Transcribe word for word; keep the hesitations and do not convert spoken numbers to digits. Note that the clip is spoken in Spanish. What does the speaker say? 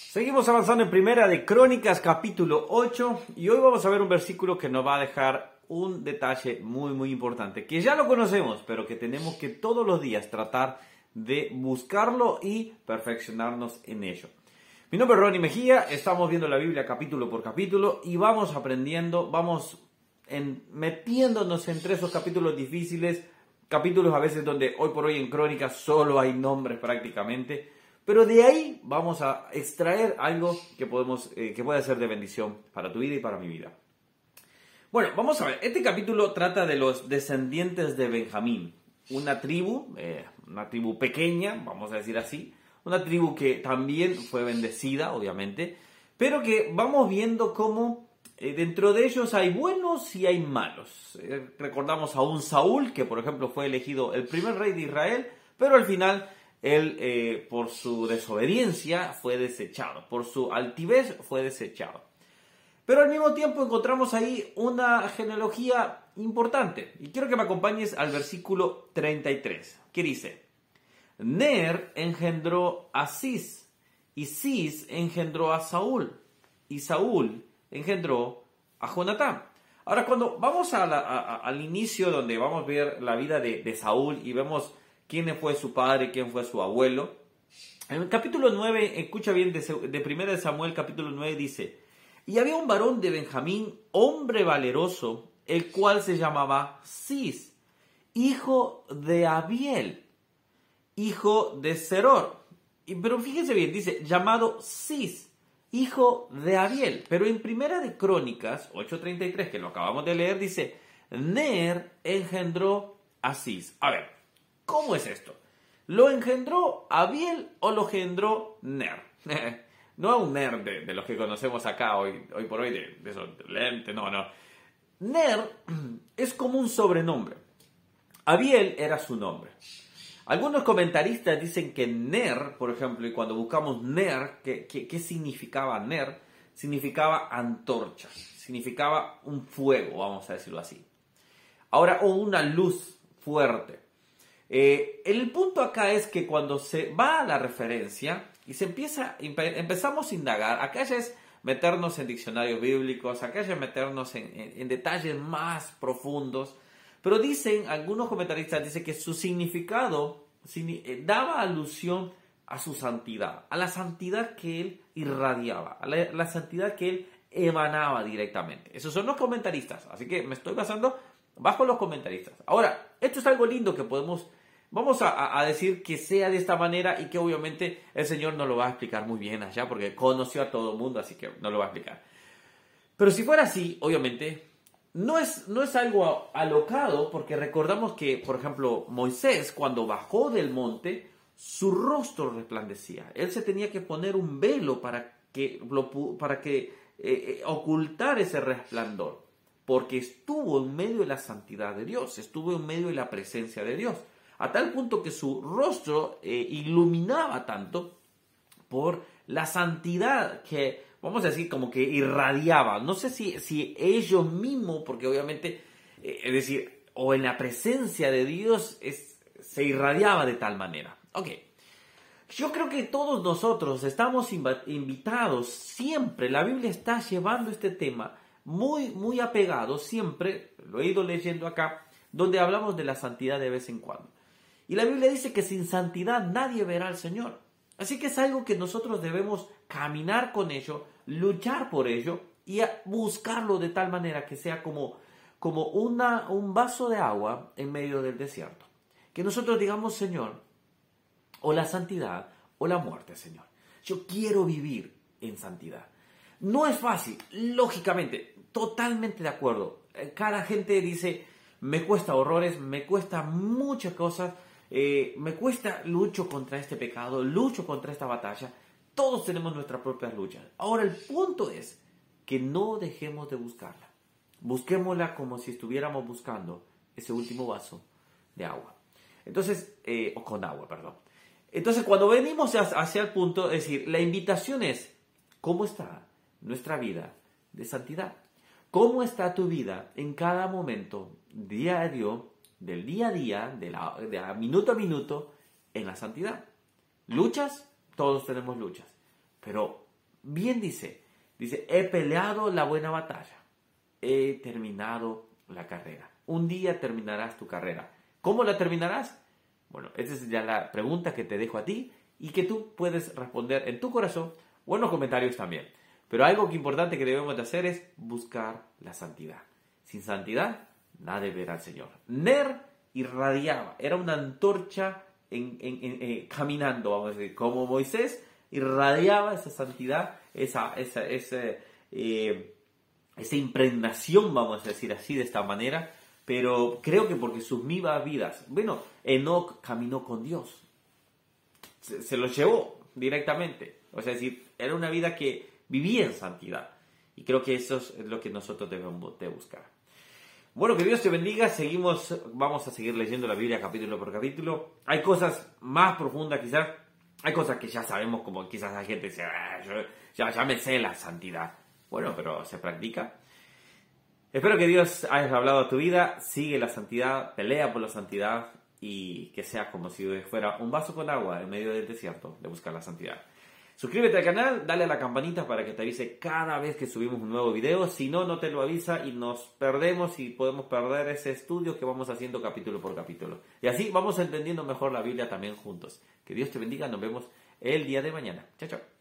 Seguimos avanzando en Primera de Crónicas, capítulo ocho, y hoy vamos a ver un versículo que nos va a dejar un detalle muy muy importante, que ya lo conocemos, pero que tenemos que todos los días tratar de buscarlo y perfeccionarnos en ello. Mi nombre es Ronnie Mejía, estamos viendo la Biblia capítulo por capítulo y vamos aprendiendo, vamos en, metiéndonos entre esos capítulos difíciles, capítulos a veces donde hoy por hoy en Crónicas solo hay nombres prácticamente. Pero de ahí vamos a extraer algo que, podemos, eh, que puede ser de bendición para tu vida y para mi vida. Bueno, vamos a ver. Este capítulo trata de los descendientes de Benjamín. Una tribu, eh, una tribu pequeña, vamos a decir así. Una tribu que también fue bendecida, obviamente. Pero que vamos viendo cómo eh, dentro de ellos hay buenos y hay malos. Eh, recordamos a un Saúl, que por ejemplo fue elegido el primer rey de Israel, pero al final él, eh, por su desobediencia, fue desechado. Por su altivez, fue desechado. Pero al mismo tiempo encontramos ahí una genealogía importante. Y quiero que me acompañes al versículo treinta y tres. Que dice: Ner engendró a Cis, y Cis engendró a Saúl, y Saúl engendró a Jonatán. Ahora, cuando vamos a la, a, a, al inicio, donde vamos a ver la vida de, de Saúl y vemos quién fue su padre, quién fue su abuelo. En el capítulo nueve, escucha bien, de, de primera de Samuel, capítulo nueve, dice: Y había un varón de Benjamín, hombre valeroso, el cual se llamaba Cis, hijo de Abiel, hijo de Seror. Y, pero fíjense bien, dice, llamado Cis, hijo de Abiel. Pero en primera de Crónicas, ocho treinta y tres, que lo acabamos de leer, dice: Ner engendró a Cis. A ver, ¿cómo es esto? ¿Lo engendró Abiel o lo engendró Ner? No es un Ner de, de los que conocemos acá hoy, hoy por hoy, de, de esos lentes, no, no. Ner es como un sobrenombre. Abiel era su nombre. Algunos comentaristas dicen que Ner, por ejemplo, y cuando buscamos Ner, ¿qué, qué, qué significaba Ner? Significaba antorcha, significaba un fuego, vamos a decirlo así. Ahora, o una luz fuerte. Eh, el punto acá es que cuando se va a la referencia y se empieza, empezamos a indagar, acá ya es meternos en diccionarios bíblicos, acá ya es meternos en, en, en detalles más profundos, pero dicen, algunos comentaristas dicen que su significado eh, daba alusión a su santidad, a la santidad que él irradiaba, a la, la santidad que él emanaba directamente. Esos son los comentaristas, así que me estoy basando bajo los comentaristas. Ahora, esto es algo lindo que podemos, vamos a, a decir que sea de esta manera y que obviamente el Señor no lo va a explicar muy bien allá porque conoció a todo el mundo, así que no lo va a explicar. Pero si fuera así, obviamente, no es, no es algo alocado porque recordamos que, por ejemplo, Moisés cuando bajó del monte, su rostro resplandecía. Él se tenía que poner un velo para que, para que eh, eh, ocultar ese resplandor. Porque estuvo en medio de la santidad de Dios, estuvo en medio de la presencia de Dios, a tal punto que su rostro eh, iluminaba tanto por la santidad que, vamos a decir, como que irradiaba. No sé si, si ellos mismos, porque obviamente, eh, es decir, o en la presencia de Dios es, se irradiaba de tal manera. Ok, yo creo que todos nosotros estamos invitados siempre, la Biblia está llevando este tema muy, muy apegado, siempre, lo he ido leyendo acá, donde hablamos de la santidad de vez en cuando. Y la Biblia dice que sin santidad nadie verá al Señor. Así que es algo que nosotros debemos caminar con ello, luchar por ello y buscarlo de tal manera que sea como, como una, un vaso de agua en medio del desierto. Que nosotros digamos, Señor, o la santidad o la muerte, Señor. Yo quiero vivir en santidad. No es fácil, lógicamente, totalmente de acuerdo. Cada gente dice, me cuesta horrores, me cuesta muchas cosas, eh, me cuesta, lucho contra este pecado, lucho contra esta batalla. Todos tenemos nuestras propias luchas. Ahora el punto es que no dejemos de buscarla. Busquémosla como si estuviéramos buscando ese último vaso de agua. Entonces, eh, o con agua, perdón. Entonces, cuando venimos hacia el punto, es decir, la invitación es, ¿cómo está nuestra vida de santidad? ¿Cómo está tu vida en cada momento, diario, del día a día, de la, de la minuto a minuto, en la santidad? ¿Luchas? Todos tenemos luchas. Pero bien dice, dice, he peleado la buena batalla, he terminado la carrera. Un día terminarás tu carrera. ¿Cómo la terminarás? Bueno, esa es ya la pregunta que te dejo a ti y que tú puedes responder en tu corazón o en los comentarios también. Pero algo que importante que debemos de hacer es buscar la santidad. Sin santidad, nadie verá al Señor. Ner irradiaba, era una antorcha en, en, en, eh, caminando, vamos a decir, como Moisés irradiaba esa santidad, esa, esa, esa, eh, esa impregnación, vamos a decir así, de esta manera. Pero creo que porque sus vivas vidas, bueno, Enoc caminó con Dios, se, se lo llevó directamente, o sea, es decir, era una vida que vivía en santidad, y creo que eso es lo que nosotros debemos de buscar. Bueno, que Dios te bendiga, seguimos, vamos a seguir leyendo la Biblia capítulo por capítulo. Hay cosas más profundas quizás, hay cosas que ya sabemos, como quizás la gente dice, ah, yo, ya, ya me sé la santidad. Bueno, pero se practica. Espero que Dios haya hablado a tu vida, sigue la santidad, pelea por la santidad y que sea como si fuera un vaso con agua en medio del desierto de buscar la santidad. Suscríbete al canal, dale a la campanita para que te avise cada vez que subimos un nuevo video, si no, no te lo avisa y nos perdemos y podemos perder ese estudio que vamos haciendo capítulo por capítulo. Y así vamos entendiendo mejor la Biblia también juntos. Que Dios te bendiga, nos vemos el día de mañana. Chao, chao.